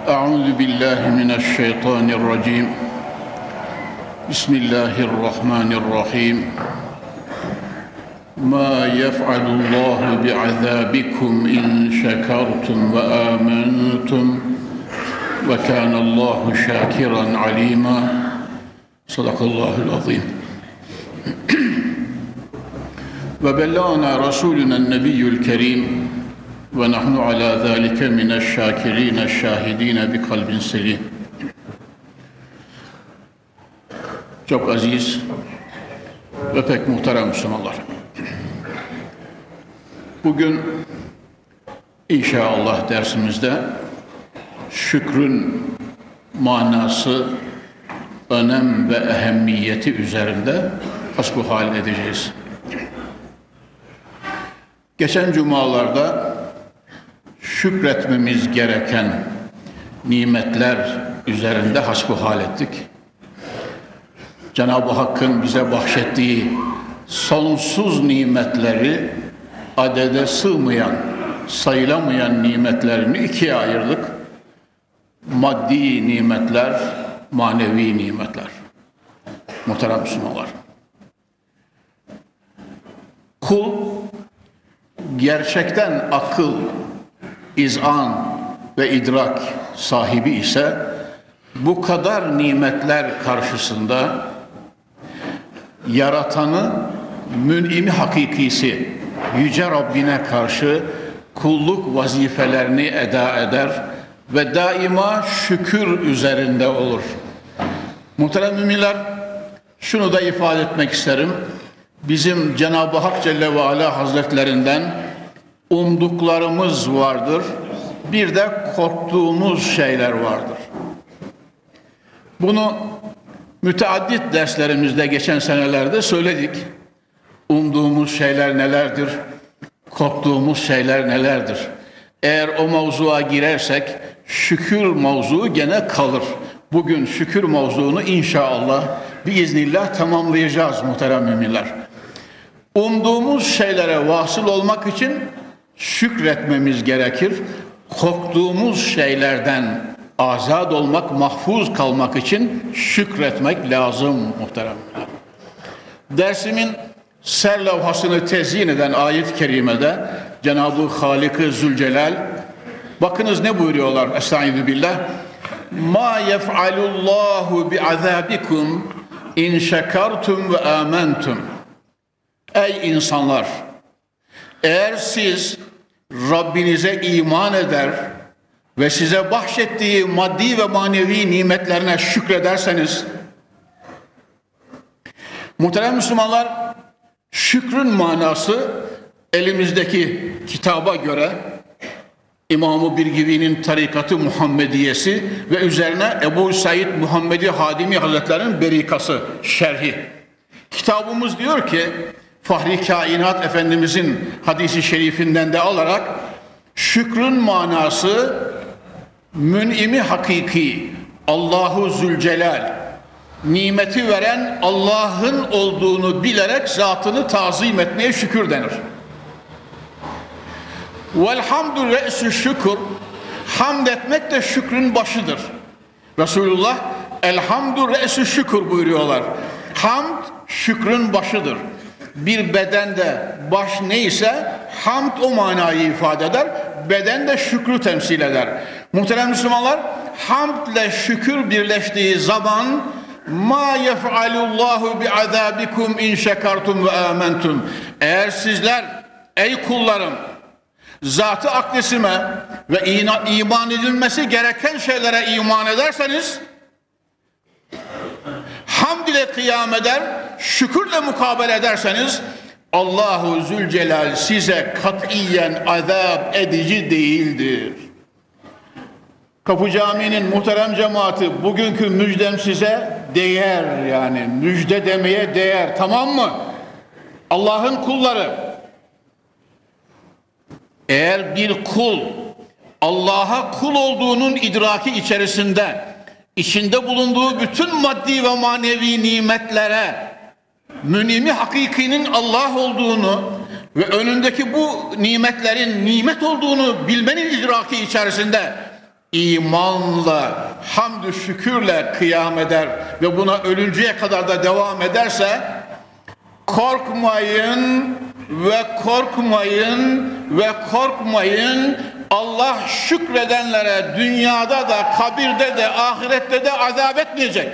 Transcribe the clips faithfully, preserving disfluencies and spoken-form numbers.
أعوذ بالله من الشيطان الرجيم بسم الله الرحمن الرحيم ما يفعل الله بعذابكم إن شكرتم وآمنتم وكان الله شاكرا عليما صدق الله العظيم وبلغنا رسولنا النبي الكريم ونحن على ذلك من الشاكرين الشاهدين بقلب سليم. Çok aziz ve pek muhterem Müslümanlar. Bugün inşallah dersimizde şükrün manası, önem ve ehemmiyeti üzerinde hasbuhal edeceğiz. Geçen cumalarda şükretmemiz gereken nimetler üzerinde hasbuhal ettik. Cenab-ı Hakk'ın bize bahşettiği sonsuz nimetleri, adede sığmayan, sayılamayan nimetlerini ikiye ayırdık. Maddi nimetler, manevi nimetler. Muhterem Müslümanlar. Kul gerçekten akıl, izan ve idrak sahibi ise bu kadar nimetler karşısında yaratanı, mün'imi hakikisi Yüce Rabbine karşı kulluk vazifelerini eda eder ve daima şükür üzerinde olur. Muhterem müminler, şunu da ifade etmek isterim. Bizim Cenab-ı Hak Celle ve Ala Hazretlerinden umduklarımız vardır. Bir de korktuğumuz şeyler vardır. Bunu müteaddit derslerimizde geçen senelerde söyledik. Umduğumuz şeyler nelerdir? Korktuğumuz şeyler nelerdir? Eğer o mevzuya girersek şükür mevzuu gene kalır. Bugün şükür mevzuunu inşallah biiznillah tamamlayacağız muhterem müminler. Umduğumuz şeylere vasıl olmak için şükretmemiz gerekir. Korktuğumuz şeylerden azad olmak, mahfuz kalmak için şükretmek lazım muhteremler. Dersimin serlevhasını tezyin eden ayet-i kerimede Cenab-ı Halik-i Zülcelal, bakınız ne buyuruyorlar? Estaizu billah. Ma yef'alullahu bi'azabikum in şekertum ve amentum. Ey insanlar! Eğer siz Rabbinize iman eder ve size bahşettiği maddi ve manevi nimetlerine şükrederseniz, muhterem Müslümanlar, şükrün manası elimizdeki kitaba göre İmam-ı Birgivi'nin Tarikat-ı Muhammediyesi ve üzerine Ebu Said Muhammedi Hadimi Hazretleri'nin Berikası, şerhi. Kitabımız diyor ki, Fahri Kainat Efendimizin hadisi şerifinden de alarak, şükrün manası mün'imi hakiki, Allahu Zülcelal, nimeti veren Allah'ın olduğunu bilerek zatını tazim etmeye şükür denir. Velhamdü re'sü şükür, hamd etmek de şükrün başıdır. Resulullah elhamdü re'sü şükür buyuruyorlar. Hamd şükrün başıdır. Bir bedende baş neyse hamd o manayı ifade eder. Beden de şükrü temsil eder. Muhterem Müslümanlar, hamd ile şükür birleştiği zaman ma yef'alullahu bi'azabikum in şekertum ve amentum. Eğer sizler ey kullarım zat-ı akdesime ve iman edilmesi gereken şeylere iman ederseniz, hamd ile kıyam eder, şükürle mukabele ederseniz, Allahu Zülcelal size katiyen azap edici değildir. Kapı Camii'nin muhterem cemaati, bugünkü müjdem size değer, yani müjde demeye değer, tamam mı? Allah'ın kulları, eğer bir kul Allah'a kul olduğunun idraki içerisinde, içinde bulunduğu bütün maddi ve manevi nimetlere mün'imi hakikinin Allah olduğunu ve önündeki bu nimetlerin nimet olduğunu bilmenin idraki içerisinde imanla, hamdü şükürle kıyam eder ve buna ölünceye kadar da devam ederse, korkmayın ve korkmayın ve korkmayın, Allah şükredenlere dünyada da, kabirde de, ahirette de azap etmeyecek.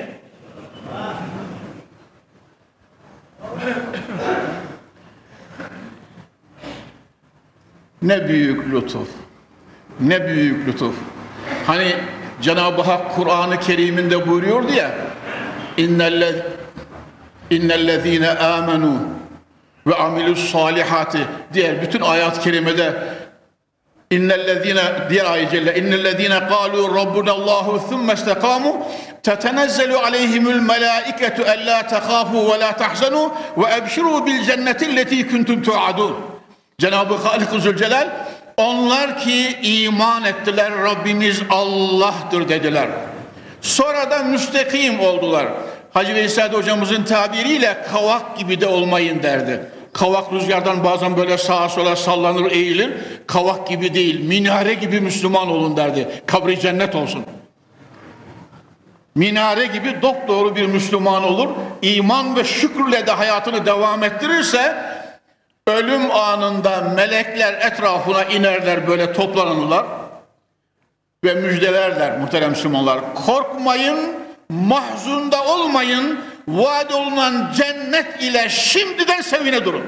Ne büyük lütuf, ne büyük lütuf. Hani Cenab-ı Hak Kur'an-ı Kerim'inde buyuruyordu ya, İnnellezîne âmenû ve amilussâlihâti, diğer bütün ayet-i kerimede İnnellezîne, diğer ayet-i celle, İnnellezîne kâlû rabbunallâhu thumme istekâmû tetenezzelu aleyhimul melâiketu ellâ tehâfû ve lâ tahzenû ve ebşirû bil cennetilleti kuntum tu'adûn. Cenab-ı Halik-ı Zülcelal, onlar ki iman ettiler, Rabbimiz Allah'tır dediler. Sonra da müstakim oldular. Hacı Veysel hocamızın tabiriyle kavak gibi de olmayın derdi. Kavak rüzgardan bazen böyle sağa sola sallanır, eğilir. Kavak gibi değil, minare gibi Müslüman olun derdi. Kabri cennet olsun. Minare gibi dopdoğru bir Müslüman olur. İman ve şükrüyle de hayatını devam ettirirse, ölüm anında melekler etrafına inerler, böyle toplanırlar ve müjdelerler muhterem Müslümanlar. Korkmayın, mahzunda olmayın, vaad olunan cennet ile şimdiden sevine durun.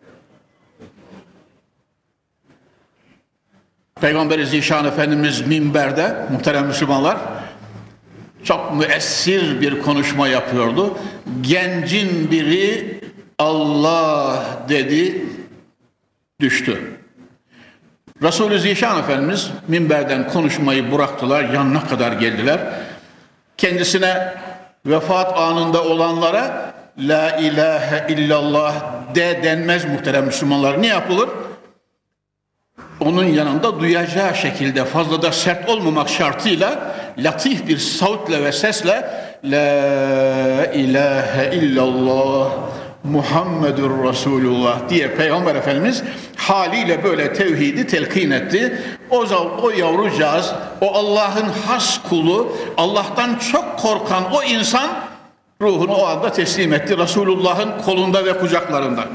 Peygamber-i Zişan Efendimiz minberde, muhterem Müslümanlar, çok müessir bir konuşma yapıyordu. Gencin biri Allah dedi, düştü. Resul-i Zişan Efendimiz minberden konuşmayı bıraktılar, yanına kadar geldiler. Kendisine vefat anında olanlara La ilahe illallah de denmez muhterem Müslümanlar. Ne yapılır? Onun yanında duyacağı şekilde, fazla da sert olmamak şartıyla, latif bir savutla ve sesle La ilahe illallah Muhammedur Resulullah diye Peygamber Efendimiz haliyle böyle tevhidi telkin etti. O, o yavrucağız, o Allah'ın has kulu, Allah'tan çok korkan o insan ruhunu o anda teslim etti. Resulullah'ın kolunda ve kucaklarında.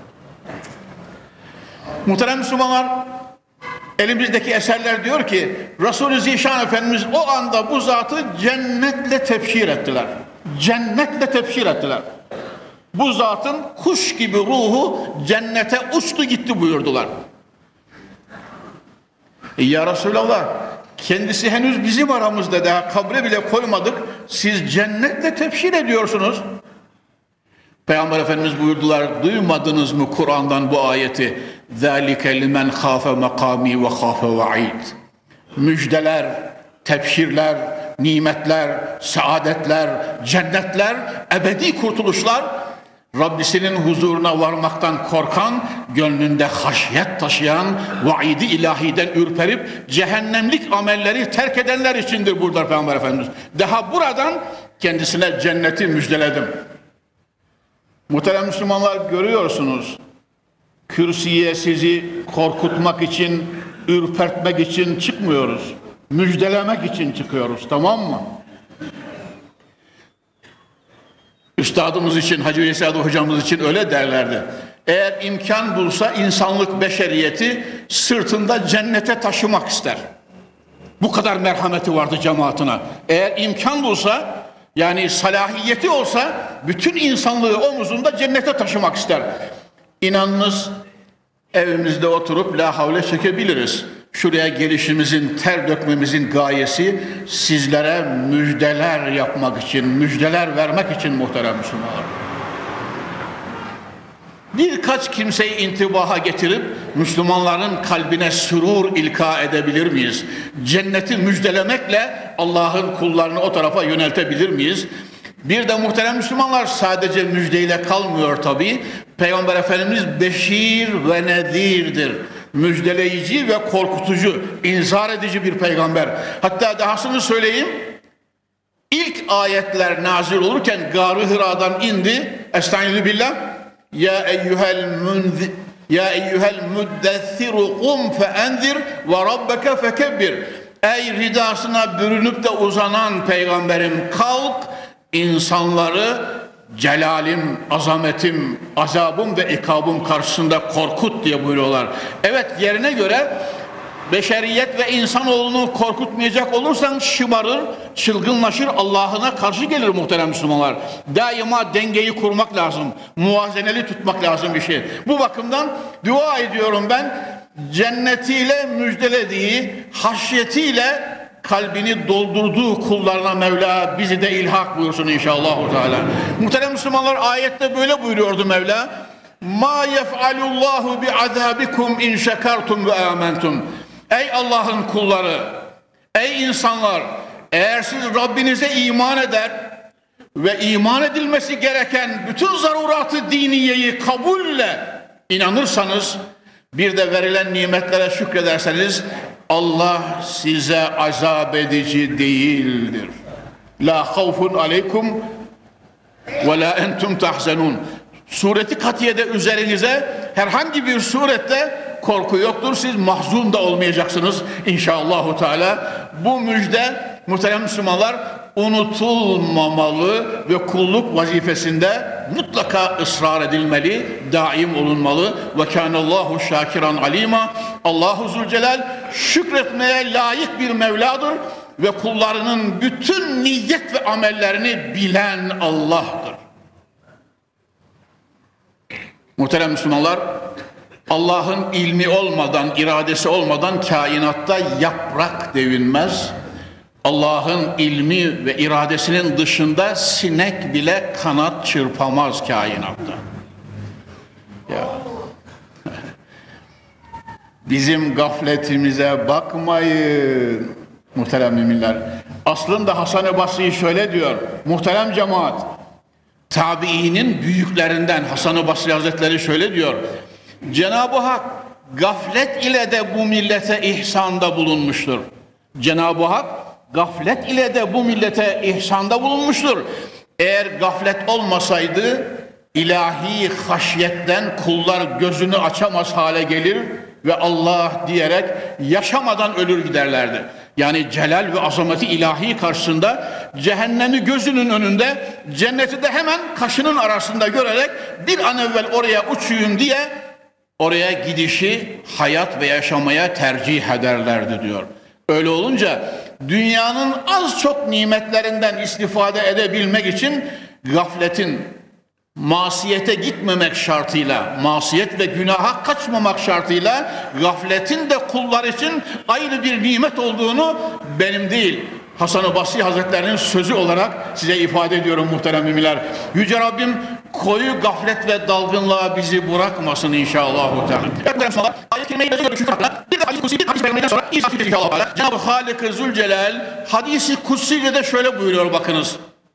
Muhterem Müslümanlar, elimizdeki eserler diyor ki Resul-i Zişan Efendimiz o anda bu zatı cennetle tebşir ettiler. Cennetle tebşir ettiler. Bu zatın kuş gibi ruhu cennete uçtu gitti buyurdular. E ya Resulallah, kendisi henüz bizim aramızda, daha kabre bile koymadık, siz cennetle tebşir ediyorsunuz. Peygamber Efendimiz buyurdular, duymadınız mı Kur'an'dan bu ayeti? ذَٰلِكَ لِمَنْ خَافَ مَقَامِي وَخَافَ وَعِيدٍ. Müjdeler, tebşirler, nimetler, saadetler, cennetler, ebedi kurtuluşlar, Rabbisinin huzuruna varmaktan korkan, gönlünde haşyet taşıyan, vaidi ilahiden ürperip cehennemlik amelleri terk edenler içindir burada Peygamber Efendimiz. Daha buradan kendisine cenneti müjdeledim. Muhterem Müslümanlar, görüyorsunuz, kürsüye sizi korkutmak için, ürpertmek için çıkmıyoruz. Müjdelemek için çıkıyoruz, tamam mı? Üstadımız için, Hacı Veysel hocamız için öyle derlerdi. Eğer imkan bulsa insanlık beşeriyeti sırtında cennete taşımak ister. Bu kadar merhameti vardı cemaatine. Eğer imkan bulsa, yani salahiyeti olsa, bütün insanlığı omuzunda cennete taşımak ister. İnanınız, evimizde oturup la havle çekebiliriz. Şuraya gelişimizin, ter dökmemizin gayesi sizlere müjdeler yapmak için, müjdeler vermek için muhterem Müslümanlar. Birkaç kimseyi intibaha getirip Müslümanların kalbine sürur ilka edebilir miyiz? Cenneti müjdelemekle Allah'ın kullarını o tarafa yöneltebilir miyiz? Bir de muhterem Müslümanlar, sadece müjdeyle kalmıyor tabii. Peygamber Efendimiz beşir ve nedirdir. Müjdeleyici ve korkutucu, inzar edici bir peygamber. Hatta dahasını söyleyeyim, ilk ayetler nazil olurken Gâr-ı Hira'dan indi. Estaizu billah. Ya eyyuhel munzir Ya eyyuhel müddessiru kum fe enzir ve rabbeke fekebbir. ey ridasına bürünüp de uzanan peygamberim, kalk insanları celalim, azametim, azabım ve ikabım karşısında korkut diye buyuruyorlar. Evet, yerine göre beşeriyet ve insanoğlunu korkutmayacak olursan şımarır, çılgınlaşır, Allah'ına karşı gelir muhterem Müslümanlar. Daima dengeyi kurmak lazım, muvazeneli tutmak lazım bir şey. Bu bakımdan dua ediyorum ben, cennetiyle müjdelediği, haşyetiyle kalbini doldurduğu kullarına Mevla bizi de ilhak buyursun inşallah. Muhterem Müslümanlar, ayette böyle buyuruyordu Mevla. Ma yef'alullahu bi'azabikum in şekertum ve amentum. Ey Allah'ın kulları, ey insanlar, eğer siz Rabbinize iman eder ve iman edilmesi gereken bütün zaruratı diniyeyi kabulle inanırsanız, bir de verilen nimetlere şükrederseniz, Allah size azap edici değildir. La havfun aleykum ve la entum tahzenun. Sureti Katiye'de üzerinize herhangi bir surette korku yoktur. Siz mahzun da olmayacaksınız inşallahü teala. Bu müjde muhterem Müslümanlar unutulmamalı ve kulluk vazifesinde mutlaka ısrar edilmeli, daim olunmalı. Ve kânallâhu şâkiran alîmâ. Allahu Zülcelal şükretmeye layık bir Mevladır ve kullarının bütün niyet ve amellerini bilen Allah'tır. Muhterem Müslümanlar, Allah'ın ilmi olmadan, iradesi olmadan kainatta yaprak devinmez. Allah'ın ilmi ve iradesinin dışında sinek bile kanat çırpamaz kainatta. Ya. Bizim gafletimize bakmayın muhterem müminler. Aslında Hasan-ı Basri şöyle diyor, muhterem cemaat, tabiinin büyüklerinden Hasan-ı Basri Hazretleri şöyle diyor. Cenab-ı Hak gaflet ile de bu millete ihsanda bulunmuştur. Cenab-ı Hak gaflet ile de bu millete ihsanda bulunmuştur. Eğer gaflet olmasaydı ilahi haşyetten kullar gözünü açamaz hale gelir ve Allah diyerek yaşamadan ölür giderlerdi. Yani celal ve azameti ilahi karşısında cehennemi gözünün önünde, cenneti de hemen kaşının arasında görerek bir an evvel oraya uçuyum diye oraya gidişi hayat ve yaşamaya tercih ederlerdi diyor. Öyle olunca dünyanın az çok nimetlerinden istifade edebilmek için gafletin, masiyete gitmemek şartıyla, masiyet ve günaha kaçmamak şartıyla gafletin de kullar için ayrı bir nimet olduğunu benim değil, Hasan-ı Basri Hazretlerinin sözü olarak size ifade ediyorum muhterem müminler. Yüce Rabbim koyu gaflet ve dalgınlığa bizi bırakmasın inşallah. Ayet-i kerimeyi bir de hadis-i kutsi, hadis-i peygamberden sonra inşallah. Cenab-ı Halik-i Zülcelal hadis-i kutsiyle de şöyle buyuruyor, bakınız.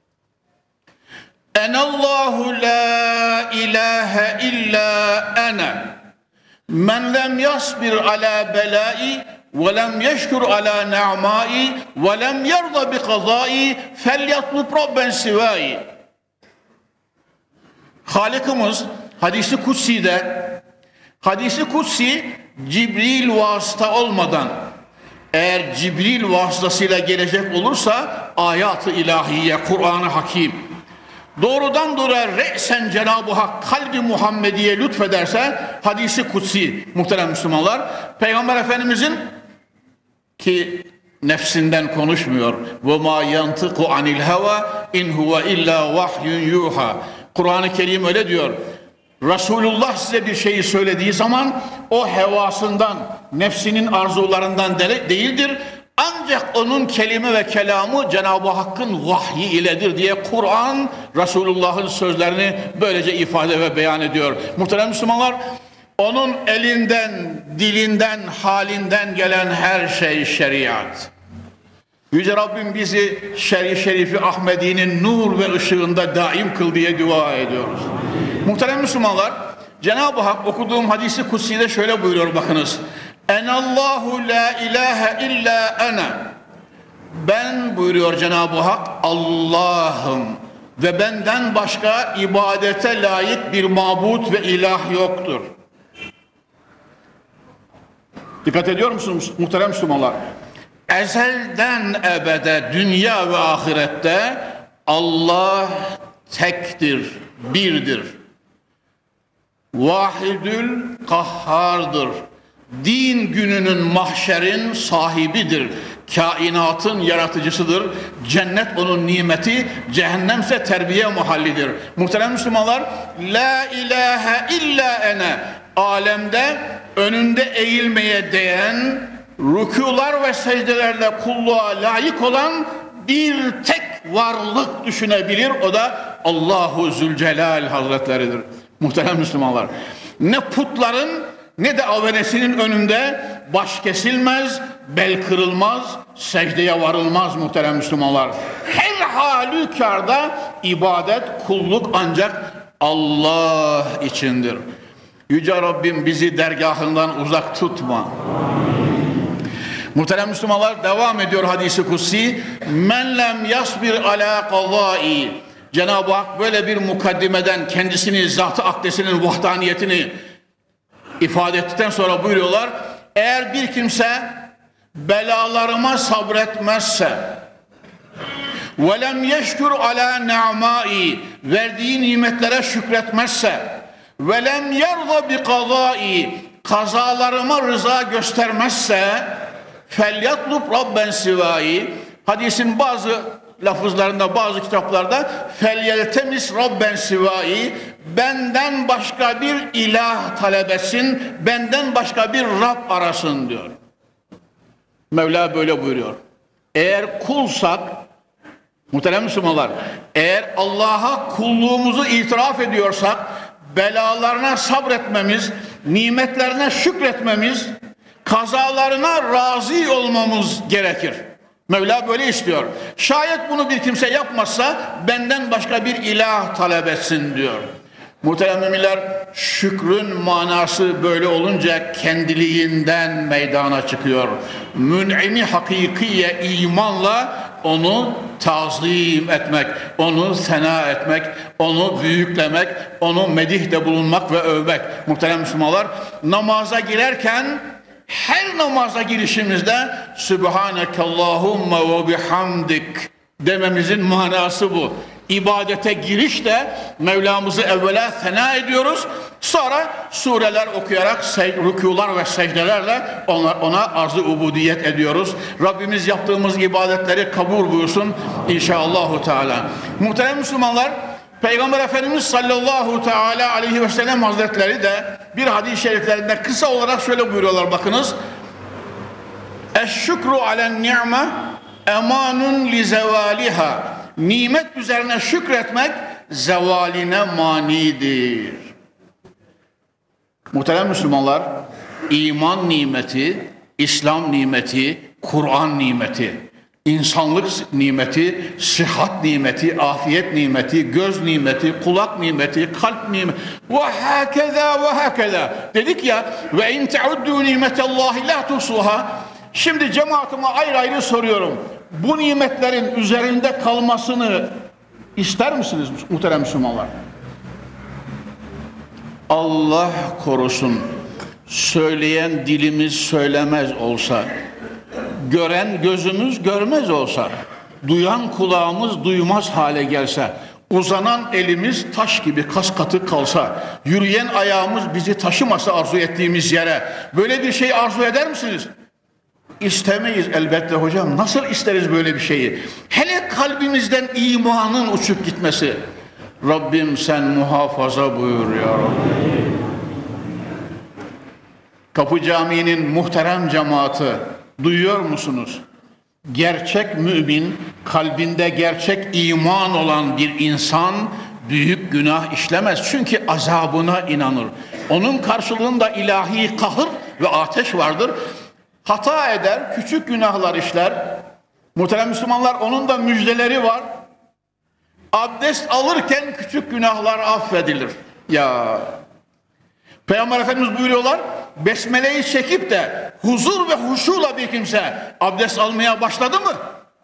Enallahu la ilahe illa ene men lem yasbir ala belai ve lem yeşkur ala ne'mai ve lem yerda bi kazai felyatlub rabben sivai. Halikimiz hadisi kutsi'de, hadisi kutsi Cibril vasıta olmadan, eğer Cibril vasıtasıyla gelecek olursa ayat-ı ilahiye, Kur'an-ı Hakim doğrudan doğruya re'sen Cenab-ı Hak kalbi Muhammediye lütfederse hadisi kutsi muhterem Müslümanlar, Peygamber Efendimizin ki nefsinden konuşmuyor. Ve ma yantiku anil heva in huve illa vahyun yuha. Kur'an-ı Kerim öyle diyor. Resulullah size bir şeyi söylediği zaman o hevasından, nefsinin arzularından değildir. Ancak onun kelime ve kelamı Cenab-ı Hakk'ın vahyi iledir diye Kur'an Resulullah'ın sözlerini böylece ifade ve beyan ediyor. Muhterem Müslümanlar, onun elinden, dilinden, halinden gelen her şey şeriat. Yüce Rabbim bizi şer-i şerifi Ahmedi'nin nur ve ışığında daim kıl diye dua ediyoruz. Muhterem Müslümanlar, Cenab-ı Hak okuduğum hadisi kutsi'de şöyle buyuruyor, bakınız. Enallahu la ilahe illa ene. Ben buyuruyor Cenab-ı Hak Allah'ım ve benden başka ibadete layık bir mabut ve ilah yoktur. Dikkat ediyor musunuz muhterem Müslümanlar? ezelden ebede, dünya ve ahirette Allah tektir, birdir. Vahidül kahhardır. Din gününün, mahşerin sahibidir. Kainatın yaratıcısıdır. Cennet onun nimeti, cehennemse terbiye mahallidir. Muhterem Müslümanlar, la ilahe illa ene, alemde önünde eğilmeye değen, rükûlar ve secdelerle kulluğa layık olan bir tek varlık düşünebilir. O da Allahu Zülcelal Hazretleridir. Muhterem Müslümanlar, ne putların ne de avenesinin önünde baş kesilmez, bel kırılmaz, secdeye varılmaz muhterem Müslümanlar. Her halükarda ibadet, kulluk ancak Allah içindir. Yüce Rabbim bizi dergahından uzak tutma. Muhterem Müslümanlar, devam ediyor hadisi kutsi. Men lem yasbir ala kazai. Cenab-ı Hak böyle bir mukaddimeden kendisini, zat-ı akdesinin vahdaniyetini ifade ettikten sonra buyuruyorlar. Eğer bir kimse belalarıma sabretmezse ve lem yeşkur ala ni'mai, verdiği nimetlere şükretmezse ve lem yarda bi kazai, kazalarıma rıza göstermezse felyatlub rabben sivai, hadisin bazı lafızlarında, bazı kitaplarda felyeltemis rabben sivai, benden başka bir ilah talep etsin, benden başka bir Rab arasın diyor. Mevla böyle buyuruyor. Eğer kulsak, muhterem Müslümanlar, eğer Allah'a kulluğumuzu itiraf ediyorsak, belalarına sabretmemiz, nimetlerine şükretmemiz, kazalarına razı olmamız gerekir. Mevla böyle istiyor. Şayet bunu bir kimse yapmazsa benden başka bir ilah talep etsin diyor. Muhterem müminler, şükrün manası böyle olunca kendiliğinden meydana çıkıyor. Mün'imi hakikiye imanla onu tazim etmek, onu sena etmek, onu büyüklemek, onu medihde bulunmak ve övmek. Muhterem Müslümanlar, namaza girerken her namaza girişimizde Sübhanekallahumma ve bihamdik dememizin manası bu. İbadete girişte Mevlamızı evvela sena ediyoruz. Sonra sureler okuyarak rükûlar ve secdelerle ona, ona arz-ı ubudiyet ediyoruz. Rabbimiz yaptığımız ibadetleri kabul buyursun inşallahü teala. Muhterem Müslümanlar, Peygamber Efendimiz sallallahu teala aleyhi ve sellem Hazretleri de bir hadis-i şeriflerinde kısa olarak şöyle buyuruyorlar, bakınız. Eşşükru alen ni'me emanun li zevaliha. Nimet üzerine şükretmek zevaline manidir. Muhterem Müslümanlar, iman nimeti, İslam nimeti, Kur'an nimeti, insanlık nimeti, sıhhat nimeti, afiyet nimeti, göz nimeti, kulak nimeti, kalp nimeti ve hakeza ve hakeza dedik ya, ve in teuddu nimetallahi la tuhsuha. Şimdi cemaatime ayrı ayrı soruyorum. Bu nimetlerin üzerinde kalmasını ister misiniz muhterem Müslümanlar? Allah korusun, söyleyen dilimiz söylemez olsa, gören gözümüz görmez olsa, duyan kulağımız duymaz hale gelse, uzanan elimiz taş gibi kaskatı kalsa, yürüyen ayağımız bizi taşımasa arzu ettiğimiz yere, böyle bir şey arzu eder misiniz? İstemeyiz elbette hocam. Nasıl isteriz böyle bir şeyi? Hele kalbimizden imanın uçup gitmesi. Rabbim sen muhafaza buyur ya Rabbi. Kapı Camii'nin muhterem cemaati, duyuyor musunuz? Gerçek mümin, kalbinde gerçek iman olan bir insan büyük günah işlemez. Çünkü azabına inanır. Onun karşılığında ilahi kahır ve ateş vardır. Hata eder, küçük günahlar işler. Muhterem Müslümanlar, onun da müjdeleri var. Abdest alırken küçük günahlar affedilir. Ya Peygamber Efendimiz buyuruyorlar, besmeleyi çekip de huzur ve huşuyla bir kimse abdest almaya başladı mı?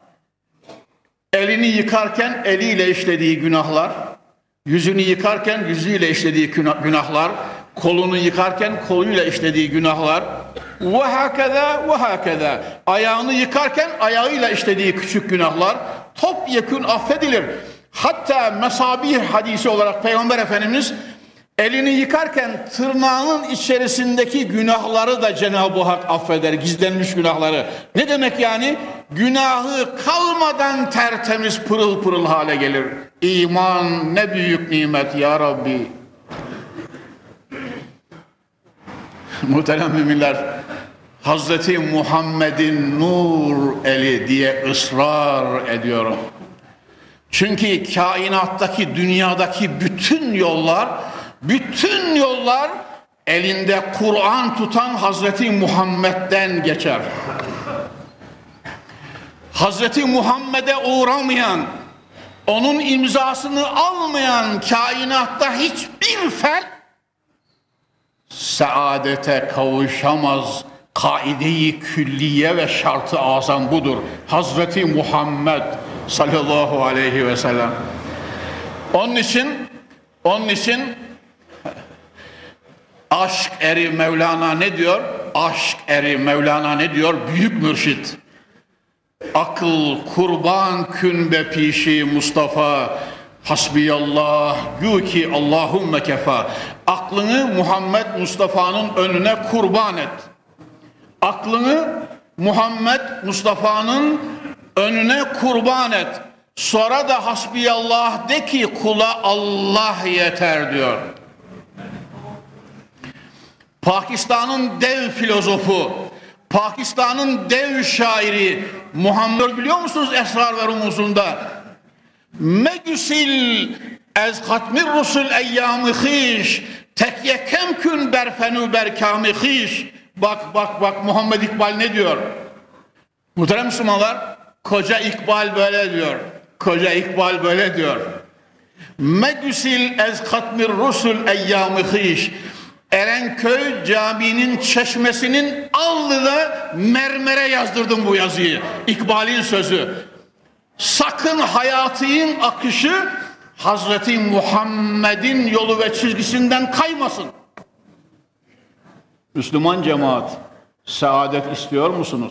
Elini yıkarken eliyle işlediği günahlar, yüzünü yıkarken yüzüyle işlediği günahlar, kolunu yıkarken koluyla işlediği günahlar, Ve hakeza ve hakeza. Ayağını yıkarken ayağıyla işlediği küçük günahlar topyekün affedilir. Hatta Mesabih hadisi olarak Peygamber Efendimiz elini yıkarken tırnağının içerisindeki günahları da Cenab-ı Hak affeder, gizlenmiş günahları. Ne demek yani? Günahı kalmadan tertemiz, pırıl pırıl hale gelir. İman ne büyük nimet ya Rabbi. Muhterem müminler, Hazreti Muhammed'in nur eli diye ısrar ediyorum. Çünkü kainattaki, dünyadaki bütün yollar, bütün yollar elinde Kur'an tutan Hazreti Muhammed'den geçer. Hazreti Muhammed'e uğramayan, onun imzasını almayan kainatta hiçbir fert saadete kavuşamaz. Kaide-i külliye ve şart-ı azam budur. Hazreti Muhammed sallallahu aleyhi ve sellem. Onun için, onun için aşk eri Mevlana ne diyor? Aşk eri Mevlana ne diyor? Büyük mürşit. Akıl kurban kün be pişi Mustafa, hasbiyallah gü ki Allahümme kefa. Aklını Muhammed Mustafa'nın önüne kurban et. Aklını Muhammed Mustafa'nın önüne kurban et. Sonra da hasbiyallah de ki kula Allah yeter diyor. Pakistan'ın dev filozofu, Pakistan'ın dev şairi Muhammed biliyor musunuz Esrar ve Rumuzunda? Megüsil ez hatmir rusul eyyâmi hîş tekyekem kün berfenü berkâmi hîş. Bak bak bak Muhammed İkbal ne diyor? Muhterem Müslümanlar, koca İkbal böyle diyor. Koca İkbal böyle diyor. Megüsil ez hatmir rusul eyyâmi hîş. Erenköy Camii'nin çeşmesinin alnına mermere yazdırdım bu yazıyı. İkbal'in sözü. Sakın hayatın akışı Hazreti Muhammed'in yolu ve çizgisinden kaymasın. Müslüman cemaat, saadet istiyor musunuz?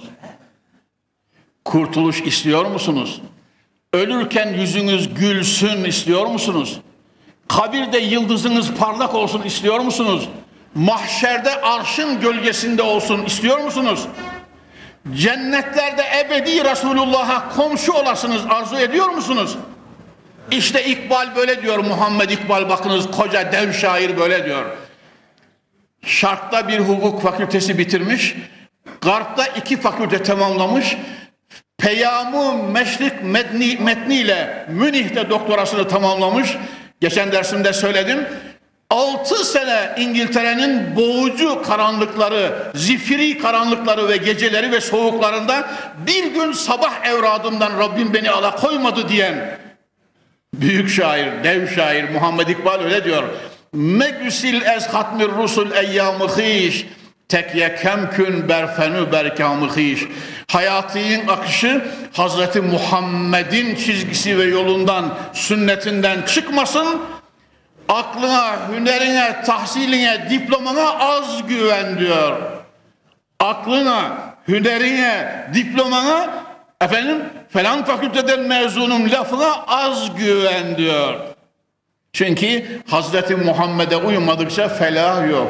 Kurtuluş istiyor musunuz? Ölürken yüzünüz gülsün istiyor musunuz? Kabirde yıldızınız parlak olsun istiyor musunuz? Mahşerde arşın gölgesinde olsun istiyor musunuz? Cennetlerde ebedi Resulullah'a komşu olasınız arzu ediyor musunuz? İşte İkbal böyle diyor, Muhammed İkbal, bakınız koca dev şair böyle diyor. Şark'ta bir hukuk fakültesi bitirmiş, Garp'ta iki fakülte tamamlamış, Peyam-ı Meşrik metni, metniyle Münih'te doktorasını tamamlamış. Geçen dersimde söyledim. Altı sene İngiltere'nin boğucu karanlıkları, zifiri karanlıkları ve geceleri ve soğuklarında bir gün sabah evradımdan Rabbim beni alakoymadı diyen büyük şair, dev şair Muhammed İkbal öyle diyor. Megüsil ez hatmir rusul eyyâmı hîş tekyekem kün berfenü berkâmı hîş. Hayatın akışı Hazreti Muhammed'in çizgisi ve yolundan, sünnetinden çıkmasın. Aklına, hünerine, tahsiline, diplomana az güven diyor. Aklına, hünerine, diplomana, efendim falan fakülteden mezunum lafına az güven diyor. Çünkü Hazreti Muhammed'e uymadıkça felah yok.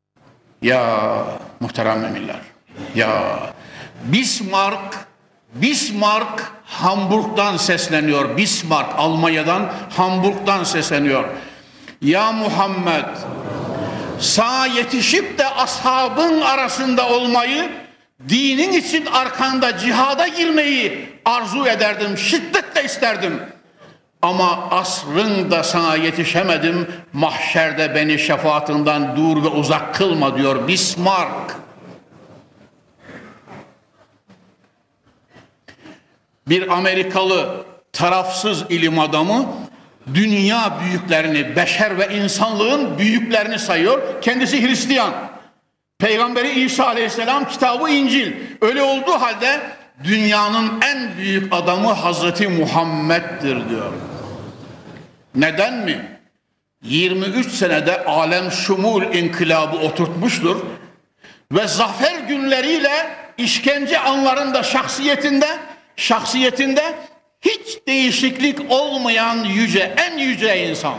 Ya muhterem müminler, ya Bismarck, Bismarck Hamburg'dan sesleniyor. Bismarck Almanya'dan, Hamburg'dan sesleniyor. Ya Muhammed, sana yetişip de ashabın arasında olmayı, dinin için arkanda cihada girmeyi arzu ederdim, şiddetle isterdim. Ama asrında sana yetişemedim, mahşerde beni şefaatinden dur ve uzak kılma diyor Bismarck. Bir Amerikalı tarafsız ilim adamı dünya büyüklerini, beşer ve insanlığın büyüklerini sayıyor. Kendisi Hristiyan. Peygamberi İsa Aleyhisselam kitabı İncil. Öyle olduğu halde dünyanın en büyük adamı Hazreti Muhammed'dir diyor. Neden mi? yirmi üç senede alem şumul inkılabı oturtmuştur. ve zafer günleriyle işkence anlarında şahsiyetinde, şahsiyetinde hiç değişiklik olmayan yüce, en yüce insan.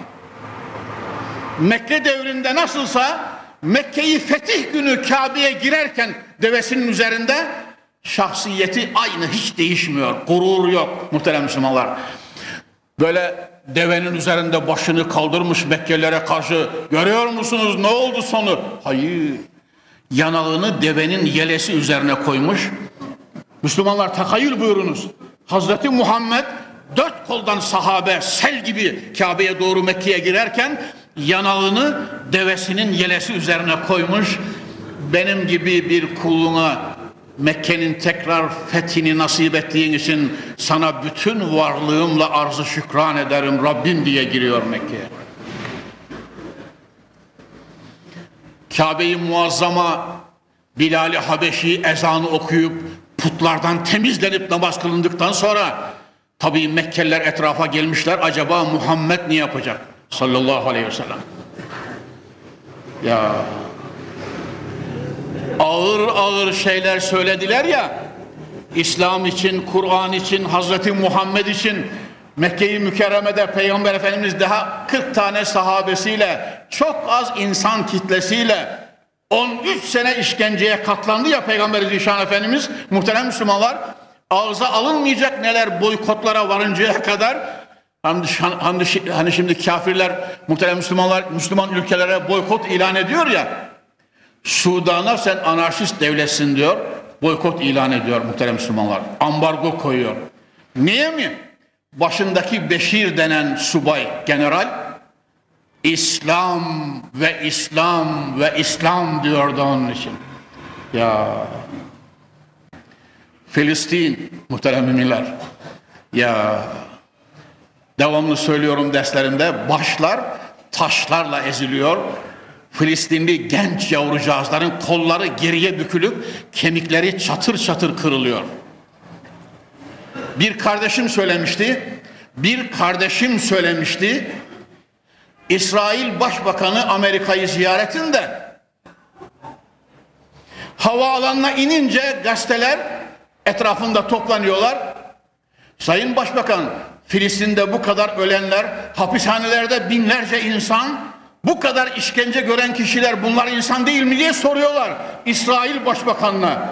Mekke devrinde nasılsa Mekke'yi fetih günü Kabe'ye girerken devesinin üzerinde şahsiyeti aynı, hiç değişmiyor. Gurur yok muhterem Müslümanlar. Böyle devenin üzerinde başını kaldırmış Mekkelilere karşı, görüyor musunuz ne oldu sonu? Hayır. Yanağını devenin yelesi üzerine koymuş. Müslümanlar takayül buyurunuz. Hazreti Muhammed dört koldan sahabe sel gibi Kabe'ye doğru Mekke'ye girerken yanağını devesinin yelesi üzerine koymuş. Benim gibi bir kuluna Mekke'nin tekrar fethini nasip ettiğin için sana bütün varlığımla arz-ı şükran ederim Rabbim diye giriyor Mekke'ye. Kabe-i Muazzama Bilal-i Habeşi ezanı okuyup putlardan temizlenip namaz kılındıktan sonra tabii Mekkeliler etrafa gelmişler. Acaba Muhammed ne yapacak? Sallallahu aleyhi ve sellem. Ya ağır ağır şeyler söylediler ya, İslam için, Kur'an için, Hazreti Muhammed için. Mekke-i Mükerreme'de Peygamber Efendimiz daha kırk tane sahabesiyle, çok az insan kitlesiyle on üç sene işkenceye katlandı ya Peygamber Zişan Efendimiz. Muhterem Müslümanlar, ağza alınmayacak neler boykotlara varıncaya kadar. Hani, hani, hani şimdi kafirler, muhterem Müslümanlar, Müslüman ülkelere boykot ilan ediyor ya. Sudan'a sen anarşist devletsin diyor, boykot ilan ediyor muhterem Müslümanlar. Ambargo koyuyor. Niye mi? Başındaki Beşir denen subay, general, İslam ve İslam ve İslam diyordu onun için. Ya Filistin muhterem müminler, ya devamlı söylüyorum derslerimde, başlar taşlarla eziliyor. Filistinli genç yavrucağızların kolları geriye bükülüp kemikleri çatır çatır kırılıyor. Bir kardeşim söylemişti, bir kardeşim söylemişti, İsrail Başbakanı Amerika'yı ziyaretinde havaalanına inince gazeteler etrafında toplanıyorlar. Sayın Başbakan, Filistin'de bu kadar ölenler, hapishanelerde binlerce insan, bu kadar işkence gören kişiler, bunlar insan değil mi diye soruyorlar İsrail Başbakanına.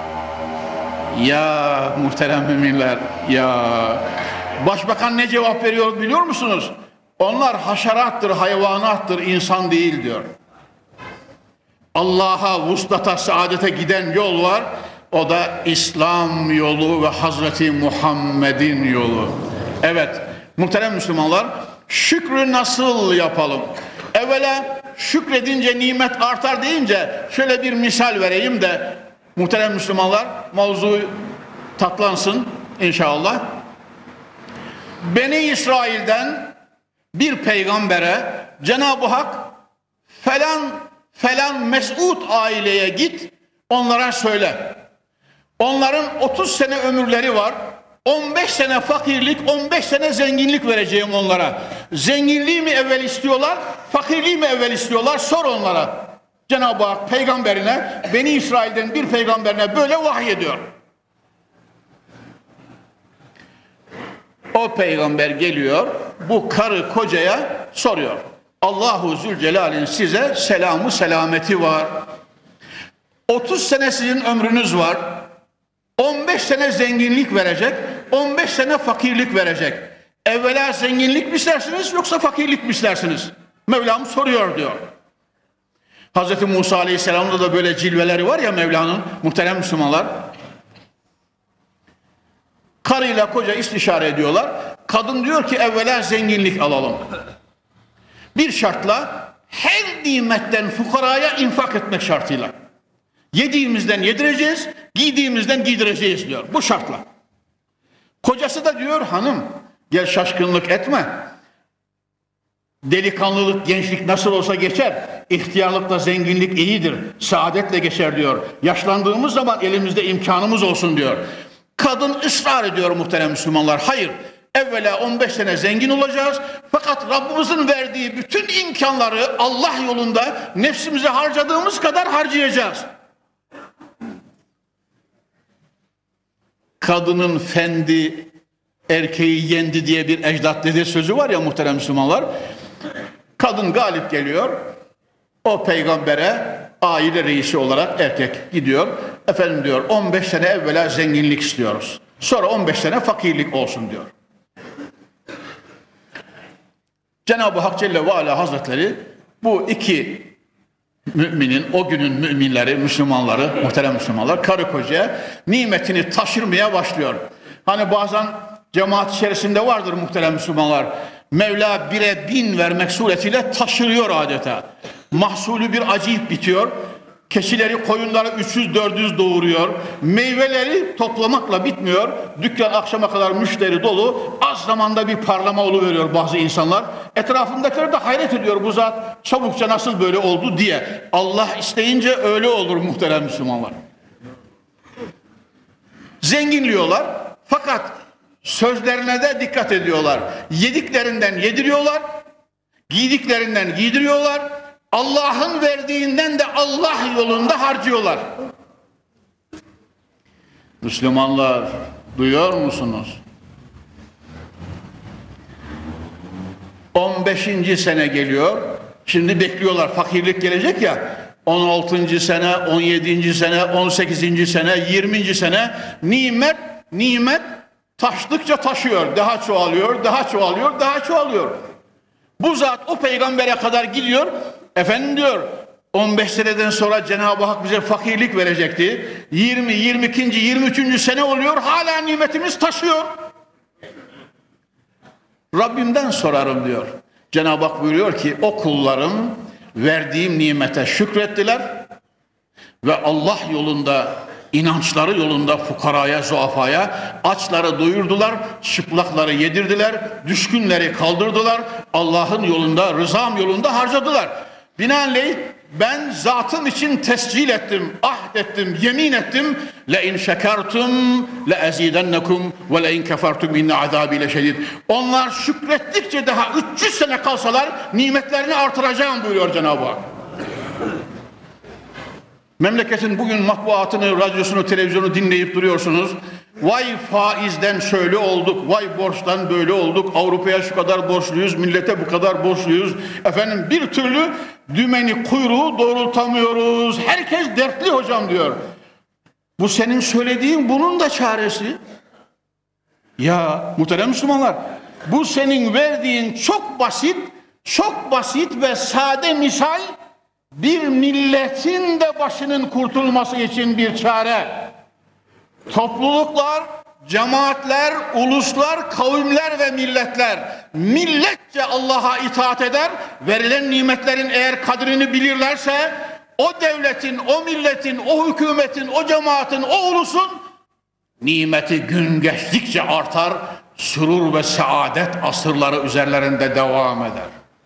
Ya muhterem müminler, ya Başbakan ne cevap veriyor biliyor musunuz? Onlar haşerattır, hayvanattır, insan değil diyor. Allah'a, vuslata, saadete giden yol var. O da İslam yolu ve Hazreti Muhammed'in yolu. Evet, muhterem Müslümanlar, şükrü nasıl yapalım? Evvela şükredince nimet artar deyince şöyle bir misal vereyim de muhterem Müslümanlar, mevzu tatlansın inşallah. Beni İsrail'den bir peygambere Cenab-ı Hak falan falan Mes'ud aileye git, onlara söyle. Onların otuz sene ömürleri var. on beş sene fakirlik, on beş sene zenginlik vereceğim onlara. Zenginliği mi evvel istiyorlar, fakirliği mi evvel istiyorlar? Sor onlara. Cenab-ı Hak peygamberine, Beni İsrail'den bir peygamberine böyle vahyediyor. O peygamber geliyor, bu karı kocaya soruyor. Allahu Zülcelal'in size selamı selameti var. otuz sene sizin ömrünüz var. on beş sene zenginlik verecek, on beş sene fakirlik verecek. Evvela zenginlik mi istersiniz yoksa fakirlik mi istersiniz? Mevlam soruyor diyor. Hazreti Musa Aleyhisselam'da da böyle cilveleri var ya Mevla'nın, muhterem Müslümanlar. Karıyla koca istişare ediyorlar. Kadın diyor ki evvela zenginlik alalım. Bir şartla, her nimetten fukaraya infak etmek şartıyla. Yediğimizden yedireceğiz, giydiğimizden giydireceğiz diyor. Bu şartla. Kocası da diyor hanım gel şaşkınlık etme. Delikanlılık, gençlik nasıl olsa geçer. İhtiyarlıkta zenginlik iyidir. Saadetle geçer diyor. Yaşlandığımız zaman elimizde imkanımız olsun diyor. Kadın ısrar ediyor muhterem Müslümanlar. Hayır. Evvela on beş sene zengin olacağız. Fakat Rabbimizin verdiği bütün imkanları Allah yolunda nefsimize harcadığımız kadar harcayacağız. kadının fendi erkeği yendi diye bir ecdat dede sözü var ya muhterem Müslümanlar. Kadın galip geliyor. O peygambere aile reisi olarak erkek gidiyor. Efendim diyor on beş sene evvela zenginlik istiyoruz. Sonra on beş sene fakirlik olsun diyor. Cenab-ı Hak Celle ve Ala Hazretleri bu iki müminin, o günün müminleri, Müslümanları, muhterem Müslümanlar, karı kocaya nimetini taşırmaya başlıyor. Hani bazen cemaat içerisinde vardır muhterem Müslümanlar. Mevla bire bin vermek suretiyle taşırıyor adeta. Mahsulü bir acayip bitiyor. Keçileri, koyunları üç yüz dört yüz doğuruyor. Meyveleri toplamakla bitmiyor. Dükkan akşama kadar müşteri dolu. Az zamanda bir parlama oluveriyor bazı insanlar. Etrafındakiler de hayret ediyor, bu zat çabukça nasıl böyle oldu diye. Allah isteyince öyle olur muhterem Müslümanlar. Zenginliyorlar fakat sözlerine de dikkat ediyorlar. Yediklerinden yediriyorlar, giydiklerinden giydiriyorlar. Allah'ın verdiğinden de Allah yolunda harcıyorlar. Müslümanlar, duyuyor musunuz? on beşinci sene geliyor. Şimdi bekliyorlar, fakirlik gelecek ya. on altıncı sene, on yedinci sene, on sekizinci sene, yirminci sene nimet, nimet taştıkça taşıyor. Daha çoğalıyor, daha çoğalıyor, daha çoğalıyor. Bu zat o peygambere kadar gidiyor. Efendim diyor, on beş seneden sonra Cenab-ı Hak bize fakirlik verecekti. yirmi, yirmi ikinci, yirmi üçüncü sene oluyor, hala nimetimiz taşıyor. Rabbimden sorarım diyor. Cenab-ı Hak buyuruyor ki, o kullarım verdiğim nimete şükrettiler ve Allah yolunda, inançları yolunda fukaraya, zuafaya, açları doyurdular, çıplakları yedirdiler, düşkünleri kaldırdılar, Allah'ın yolunda, rızam yolunda harcadılar. Binaenaleyh ben zatım için tescil ettim, ahd ettim, yemin ettim. Le in şekertum le ezidennekum ve le in kefertum inne azabi leşedid. Onlar şükrettikçe daha üç yüz sene kalsalar nimetlerini artıracağım buyuruyor Cenab-ı Hak. Memleketin bugün matbuatını, radyosunu, televizyonu dinleyip duruyorsunuz. Vay faizden şöyle olduk, vay borçtan böyle olduk, Avrupa'ya şu kadar borçluyuz, millete bu kadar borçluyuz. Efendim bir türlü dümeni, kuyruğu doğrultamıyoruz. Herkes dertli hocam diyor. Bu senin söylediğin, bunun da çaresi. Ya muhterem Müslümanlar, bu senin verdiğin çok basit, çok basit ve sade misal, bir milletin de başının kurtulması için bir çare. Topluluklar, cemaatler, uluslar, kavimler ve milletler milletçe Allah'a itaat eder, verilen nimetlerin eğer kadrini bilirlerse o devletin, o milletin, o hükümetin, o cemaatin, o ulusun nimeti gün geçtikçe artar, sürur ve saadet asırları üzerlerinde devam eder.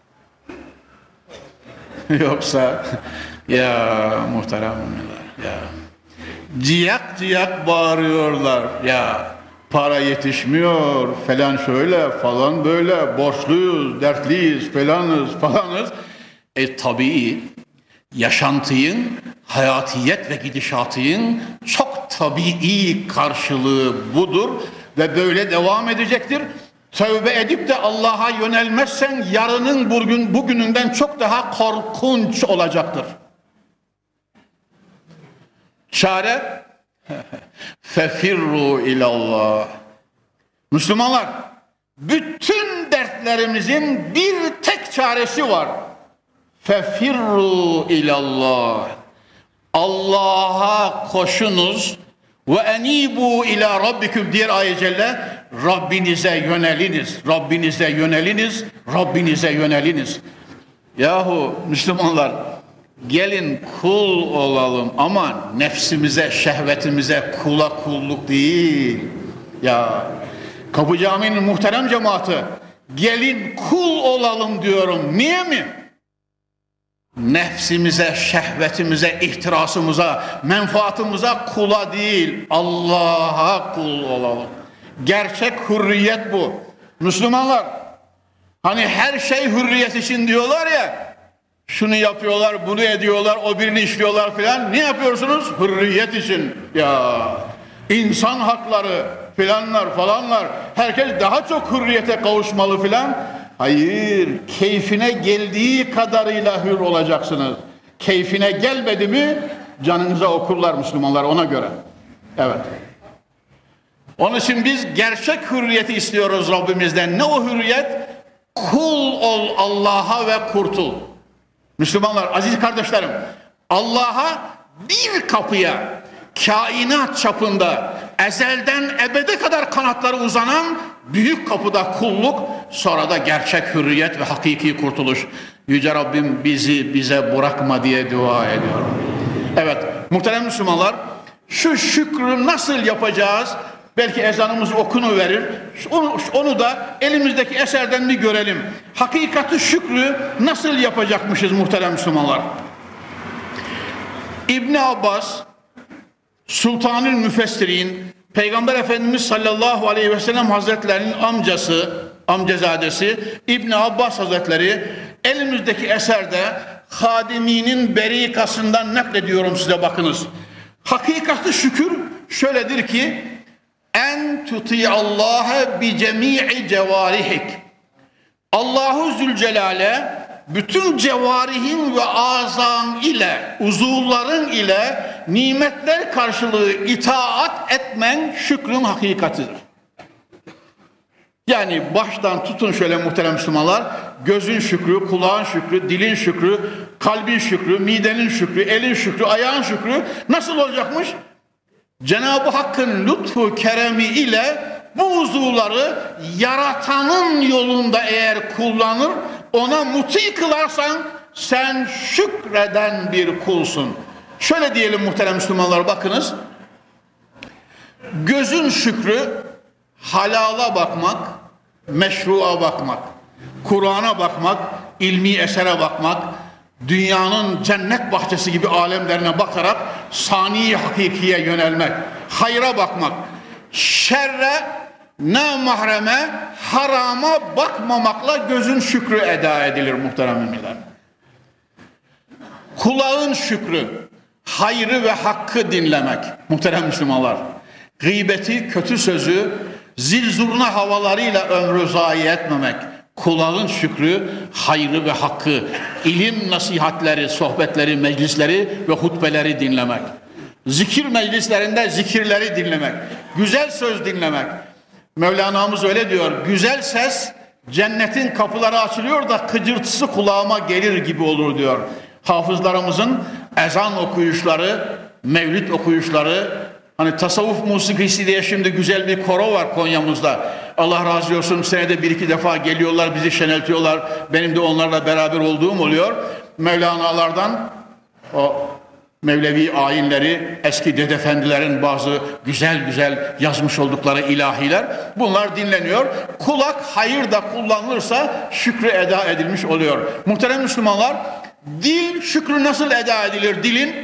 Yoksa ya muhteremler ya ciyak ciyak bağırıyorlar ya, para yetişmiyor falan, şöyle falan böyle, borçluyuz, dertliyiz falanız falanız. E tabii yaşantının, hayatiyet ve gidişatının çok tabii karşılığı budur ve böyle devam edecektir. Tövbe edip de Allah'a yönelmezsen yarının bugün, bugününden çok daha korkunç olacaktır. Çare fefirru ilallah. Müslümanlar, bütün dertlerimizin bir tek çaresi var. Fefirru ilallah. Allah'a koşunuz ve enibu ila rabbikum diğer ayet celle. Rabbinize yöneliniz, Rabbinize yöneliniz, Rabbinize yöneliniz. Yahu Müslümanlar, gelin kul olalım ama nefsimize, şehvetimize kula kulluk değil. Ya Kapı Camii'nin muhterem cemaati, gelin kul olalım diyorum. Niye mi? Nefsimize, şehvetimize, ihtirasımıza, menfaatımıza kula değil, Allah'a kul olalım. Gerçek hürriyet bu. Müslümanlar, hani her şey hürriyet için diyorlar ya, şunu yapıyorlar, bunu ediyorlar, o birini işliyorlar filan. Ne yapıyorsunuz? Hürriyet için. Ya insan hakları filanlar falanlar, herkes daha çok hürriyete kavuşmalı filan. Hayır, keyfine geldiği kadarıyla hür olacaksınız. Keyfine gelmedi mi canınıza okurlar Müslümanlar, ona göre. Evet. Onun için biz gerçek hürriyeti istiyoruz Rabbimizden. Ne o hürriyet? Kul ol Allah'a ve kurtul. Müslümanlar, aziz kardeşlerim, Allah'a bir kapıya, kainat çapında ezelden ebede kadar kanatları uzanan büyük kapıda kulluk, sonra da gerçek hürriyet ve hakiki kurtuluş. Yüce Rabbim bizi bize bırakma diye dua ediyorum. Evet muhterem Müslümanlar, şu şükrü nasıl yapacağız? Belki ezanımız okunuverir. Onu, onu da elimizdeki eserden bir görelim. Hakikati şükrü nasıl yapacakmışız muhterem Müslümanlar? İbn Abbas, Sultanül Müfessirin, Peygamber Efendimiz sallallahu aleyhi ve sellem Hazretlerinin amcası, amcazadesi İbn Abbas Hazretleri elimizdeki eserde Hadimi'nin berikasından naklediyorum size, bakınız. Hakikati şükür şöyledir ki en tuti'allâhe bi cemî'i cevarihik. Allahu Zülcelal'e bütün cevarihin ve azan ile, uzuvların ile nimetler karşılığı itaat etmen şükrün hakikatidir. Yani baştan tutun şöyle muhterem Müslümanlar, gözün şükrü, kulağın şükrü, dilin şükrü, kalbin şükrü, midenin şükrü, elin şükrü, ayağın şükrü nasıl olacakmış? Cenab-ı Hakk'ın lütfu keremi ile bu uzuvları yaratanın yolunda eğer kullanır, ona muti kılarsan sen şükreden bir kulsun. Şöyle diyelim muhterem Müslümanlar, bakınız. Gözün şükrü halala bakmak, meşru'a bakmak, Kur'an'a bakmak, ilmi esere bakmak, dünyanın cennet bahçesi gibi alemlerine bakarak sani hakikiye yönelmek, hayra bakmak, şerre, namahreme, harama bakmamakla gözün şükrü eda edilir muhterem müminler. Kulağın şükrü, hayrı ve hakkı dinlemek muhterem Müslümanlar. Gıybeti, kötü sözü, zil zurna havalarıyla ömrü zayi etmemek. Kulağın şükrü, hayrı ve hakkı, ilim nasihatleri, sohbetleri, meclisleri ve hutbeleri dinlemek. Zikir meclislerinde zikirleri dinlemek. Güzel söz dinlemek. Mevlana'mız öyle diyor. Güzel ses cennetin kapıları açılıyor da kıcırtısı kulağıma gelir gibi olur diyor. Hafızlarımızın ezan okuyuşları, mevlid okuyuşları, hani tasavvuf musikisi diye şimdi güzel bir koro var Konya'mızda. Allah razı olsun, senede bir iki defa geliyorlar, bizi şeneltiyorlar. Benim de onlarla beraber olduğum oluyor. Mevlana'lardan o Mevlevi ayinleri, eski dedefendilerin bazı güzel güzel yazmış oldukları ilahiler, bunlar dinleniyor. Kulak hayırda kullanılırsa şükrü eda edilmiş oluyor. Muhterem Müslümanlar, dil şükrü nasıl eda edilir? Dilin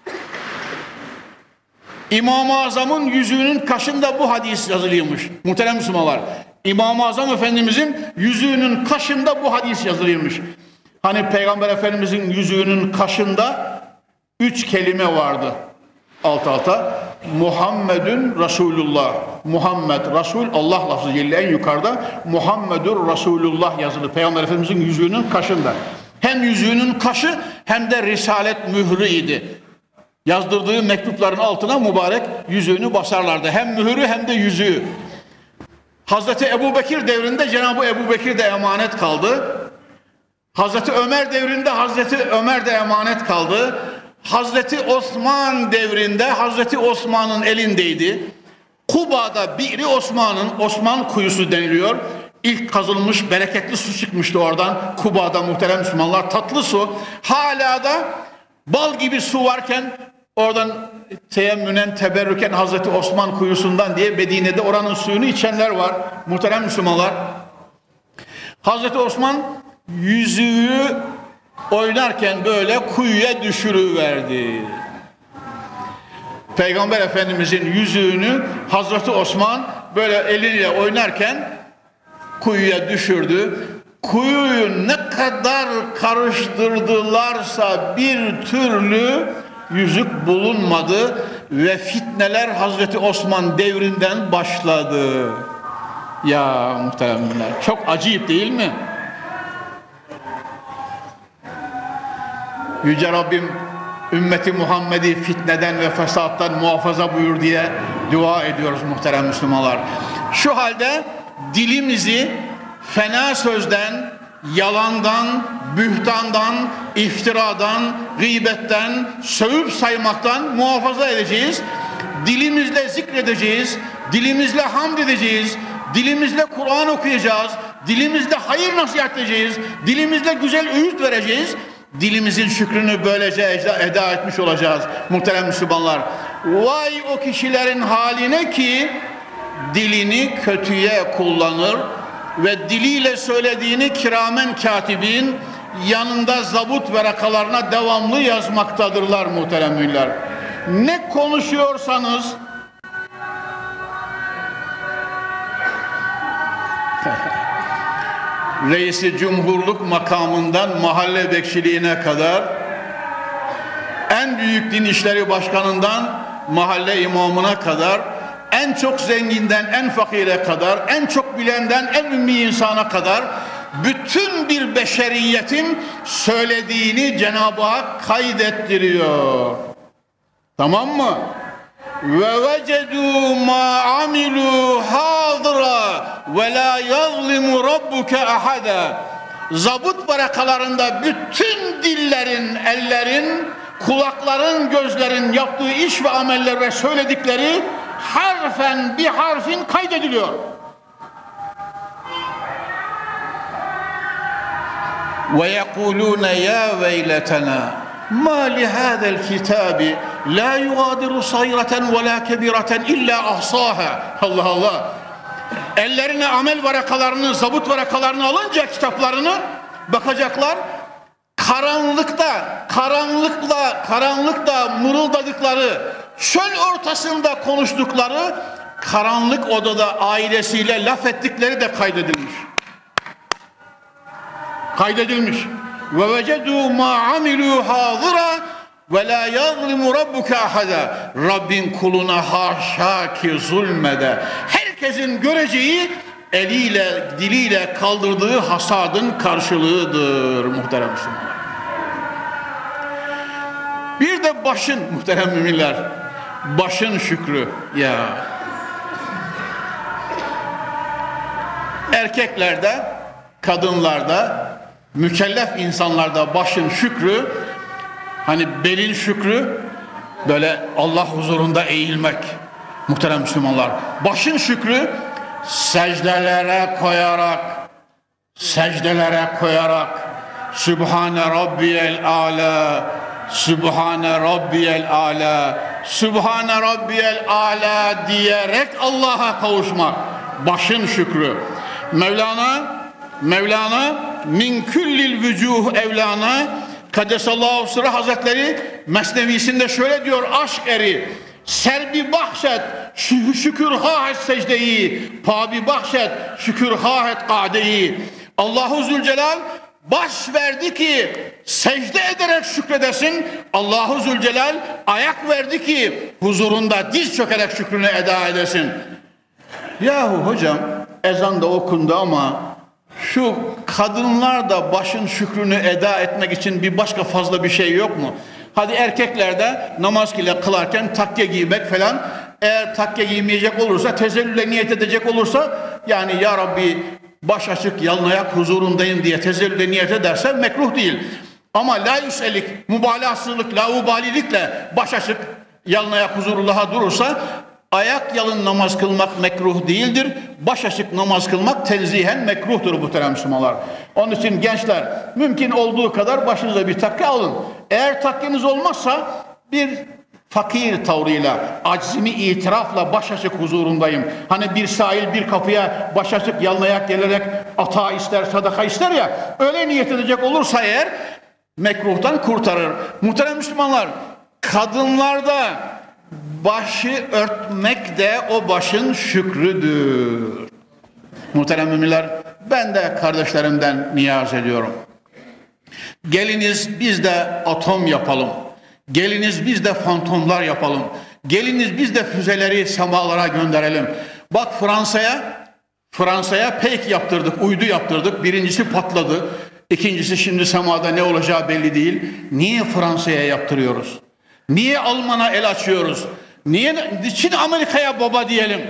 İmam-ı Azam'ın yüzüğünün kaşında bu hadis yazılıymış. Muhterem Müslümanlar, İmam-ı Azam Efendimizin yüzüğünün kaşında bu hadis yazılıymış. Hani Peygamber Efendimizin yüzüğünün kaşında üç kelime vardı alt alta. Muhammedun Resulullah. Muhammed Resul, Allah lafzı geldi en yukarıda. Muhammedur Resulullah yazılı Peygamber Efendimizin yüzüğünün kaşında. Hem yüzüğünün kaşı hem de risalet mührü idi. Yazdırdığı mektupların altına mübarek yüzüğünü basarlardı. Hem mührü hem de yüzüğü. Hazreti Ebu Bekir devrinde Cenab-ı Ebu Bekir de emanet kaldı. Hazreti Ömer devrinde Hazreti Ömer de emanet kaldı. Hazreti Osman devrinde Hazreti Osman'ın elindeydi. Kuba'da Bi'ri Osman'ın, Osman kuyusu deniliyor. İlk kazılmış bereketli su çıkmıştı oradan. Kuba'da muhterem Müslümanlar, tatlı su. Hala da bal gibi su varken oradan teyemmünen, teberrüken Hazreti Osman kuyusundan diye Medine'de oranın suyunu içenler var. Muhterem Müslümanlar. Hazreti Osman yüzüğü oynarken böyle kuyuya düşürüverdi. Peygamber Efendimizin yüzüğünü Hazreti Osman böyle eliyle oynarken kuyuya düşürdü. Kuyuyu ne kadar karıştırdılarsa bir türlü yüzük bulunmadı ve fitneler Hazreti Osman devrinden başladı. Ya muhteremler, çok acayip değil mi? Yüce Rabbim ümmeti Muhammed'i fitneden ve fesattan muhafaza buyur diye dua ediyoruz muhterem Müslümanlar. Şu halde dilimizi fena sözden, yalandan, bühtandan, iftiradan, gıybetten, sövüp saymaktan muhafaza edeceğiz. Dilimizle zikredeceğiz, dilimizle hamd edeceğiz, dilimizle Kur'an okuyacağız, dilimizle hayır nasihat edeceğiz, dilimizle güzel öğüt vereceğiz. Dilimizin şükrünü böylece eda etmiş olacağız muhterem Müslümanlar. Vay o kişilerin haline ki dilini kötüye kullanır ve diliyle söylediğini kiramen katibin yanında zabut verakalarına devamlı yazmaktadırlar muhterem müminler. Ne konuşuyorsanız reisi cumhurluk makamından mahalle bekçiliğine kadar, en büyük din işleri başkanından mahalle imamına kadar, en çok zenginden en fakire kadar, en çok bilenden en ümmi insana kadar bütün bir beşeriyetin söylediğini Cenab-ı Hak kaydettiriyor. Tamam mı? Ve vecedû mâ amilû hâdıra ve lâ yazlimu rabbuke ahada. Zabıt barakalarında bütün dillerin, ellerin, kulakların, gözlerin yaptığı iş ve ameller ve söyledikleri harfen bir harfin kaydediliyor. Ve yekulûne ya veyletena ma li hâzel kitâbi la yugâdiru sayreten ve la kebireten illa ahsâha. Allah Allah. Ellerine amel varakalarını, zabıt varakalarını alınca kitaplarını bakacaklar. Karanlıkta, karanlıkla, karanlıkta mırıldadıkları, çöl ortasında konuştukları, karanlık odada ailesiyle laf ettikleri de kaydedilmiş. Kaydedilmiş. Ve vecedû mâ amilû hâzıra ve lâ yazlimu rabbuke ahada. Rabbin kuluna haşa ki zulmede. Herkesin göreceği eliyle, diliyle kaldırdığı hasadın karşılığıdır muhterem Müslümanlar. Bir de başın muhterem müminler, başın şükrü ya. Erkeklerde, kadınlarda, mükellef insanlarda başın şükrü, hani belin şükrü, böyle Allah huzurunda eğilmek muhterem Müslümanlar. Başın şükrü secdelere koyarak, secdelere koyarak Sübhane Rabbiyel Âlâ, Sübhane Rabbiyel Âlâ, Sübhane Rabbiyel Âlâ diyerek Allah'a kavuşmak. Başın şükrü. Mevlana, Mevlana min küllil vücuh evlana Kadesallahu sırrı Hazretleri Mesnevisinde şöyle diyor: aşk eri serbi bahşet şükür ha et secdeyi, pabi bahşet şükür ha et kadeyi. Allahu Zülcelal baş verdi ki secde ederek şükredesin. Allahu Zülcelal ayak verdi ki huzurunda diz çökerek şükrünü eda edesin. Yahu hocam ezan da okundu ama şu kadınlar da başın şükrünü eda etmek için bir başka fazla bir şey yok mu? Hadi erkeklerde namaz ile kılarken takke giymek falan, eğer takke giymeyecek olursa, tezellüle niyet edecek olursa, yani ya Rabbi baş açık yalın ayak huzurundayım diye tezellüle niyet ederse mekruh değil. Ama la yüselik, mübalağasızlık, laubalilikle baş açık yalın ayak huzurullaha durursa, ayak yalın namaz kılmak mekruh değildir. Baş açık namaz kılmak tenzihen mekruhtur muhterem Müslümanlar. Onun için gençler mümkün olduğu kadar başınıza bir takke alın. Eğer takkeniz olmazsa bir fakir tavrıyla, aczimi itirafla baş açık huzurundayım. Hani bir sahil bir kapıya baş açık yalın ayak gelerek ata ister, sadaka ister ya, öyle niyet edecek olursa eğer mekruhtan kurtarır. Muhterem Müslümanlar, kadınlarda başı örtmek de o başın şükrüdür. Muhterem müminler, ben de kardeşlerimden niyaz ediyorum. Geliniz biz de atom yapalım. Geliniz biz de fantomlar yapalım. Geliniz biz de füzeleri semalara gönderelim. Bak Fransa'ya, Fransa'ya pek yaptırdık, uydu yaptırdık. Birincisi patladı. İkincisi şimdi semada ne olacağı belli değil. Niye Fransa'ya yaptırıyoruz? Niye Alman'a el açıyoruz? Niye Çin Amerika'ya baba diyelim?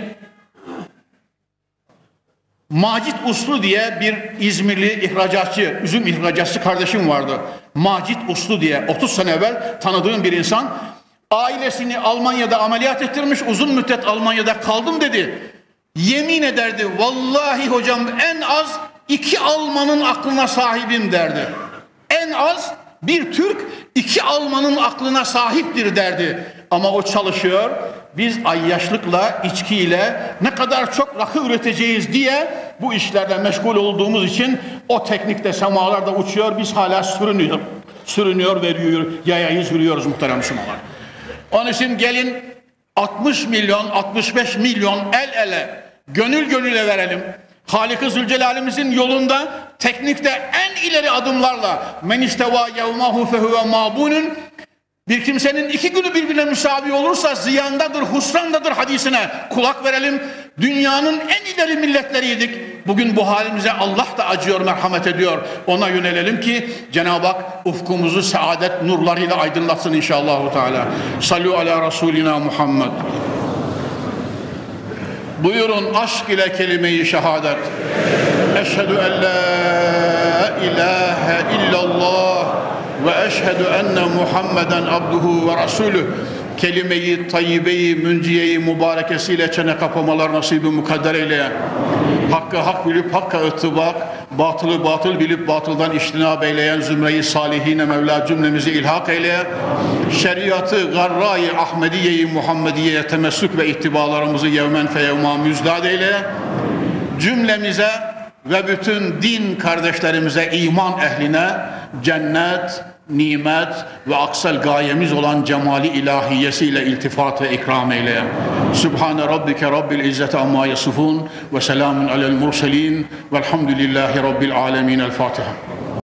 Macit Uslu diye bir İzmirli ihracatçı, üzüm ihracatçı kardeşim vardı. Macit Uslu diye otuz sene evvel tanıdığım bir insan. Ailesini Almanya'da ameliyat ettirmiş, uzun müddet Almanya'da kaldım dedi. Yemin ederdi, vallahi hocam en az iki Almanın aklına sahibim derdi. En az bir Türk iki Almanın aklına sahiptir derdi. Ama o çalışıyor. Biz ayyaşlıkla, içkiyle ne kadar çok rakı üreteceğiz diye bu işlerle meşgul olduğumuz için o teknikte semalarda uçuyor. Biz hala sürünüyor. Sürünüyor ve yürüyor, yayayı sürüyoruz muhterem Müslümanlar. Onun için gelin altmış milyon, altmış beş milyon el ele, gönül gönüle verelim. Halik-i Zülcelal'imizin yolunda teknikte en ileri adımlarla men isteva yevmahu fehuve mabunun, bir kimsenin iki günü birbirine müsavi olursa ziyandadır, husrandadır hadisine kulak verelim. Dünyanın en ileri milletleriydik. Bugün bu halimize Allah da acıyor, merhamet ediyor. Ona yönelelim ki Cenab-ı Hak ufkumuzu saadet nurlarıyla aydınlatsın inşallah Teala. Sallu ala Resulina Muhammed. Buyurun aşk ile kelime-i şehadet. Eşhedü en la ilahe illallah ve eşhedü enne Muhammeden abduhu ve rasulüh. Kelime-i tayyibe-i münciye-i mübarekesiyle çene kapamalar nasibi mukadder eyle. Hakkı hak bilip hakka ıttibak, batılı batıl bilip batıldan iştinab eyleyen zümre-i salihine Mevla cümlemizi ilhak eyle. Şeriatı garra-i Ahmediye-i Muhammediye'ye temessük ve ittibalarımızı yevmen feyevma müzdad eyle. Cümlemize ve bütün din kardeşlerimize, iman ehline cennet, nimet ve aksel gayemiz olan cemali ilahiyesiyle iltifat ve ikram eyle. Sübhane Rabbike Rabbil İzzeti amma yasifun ve selamun alel murselin velhamdülillahi Rabbil alemin. El Fatiha.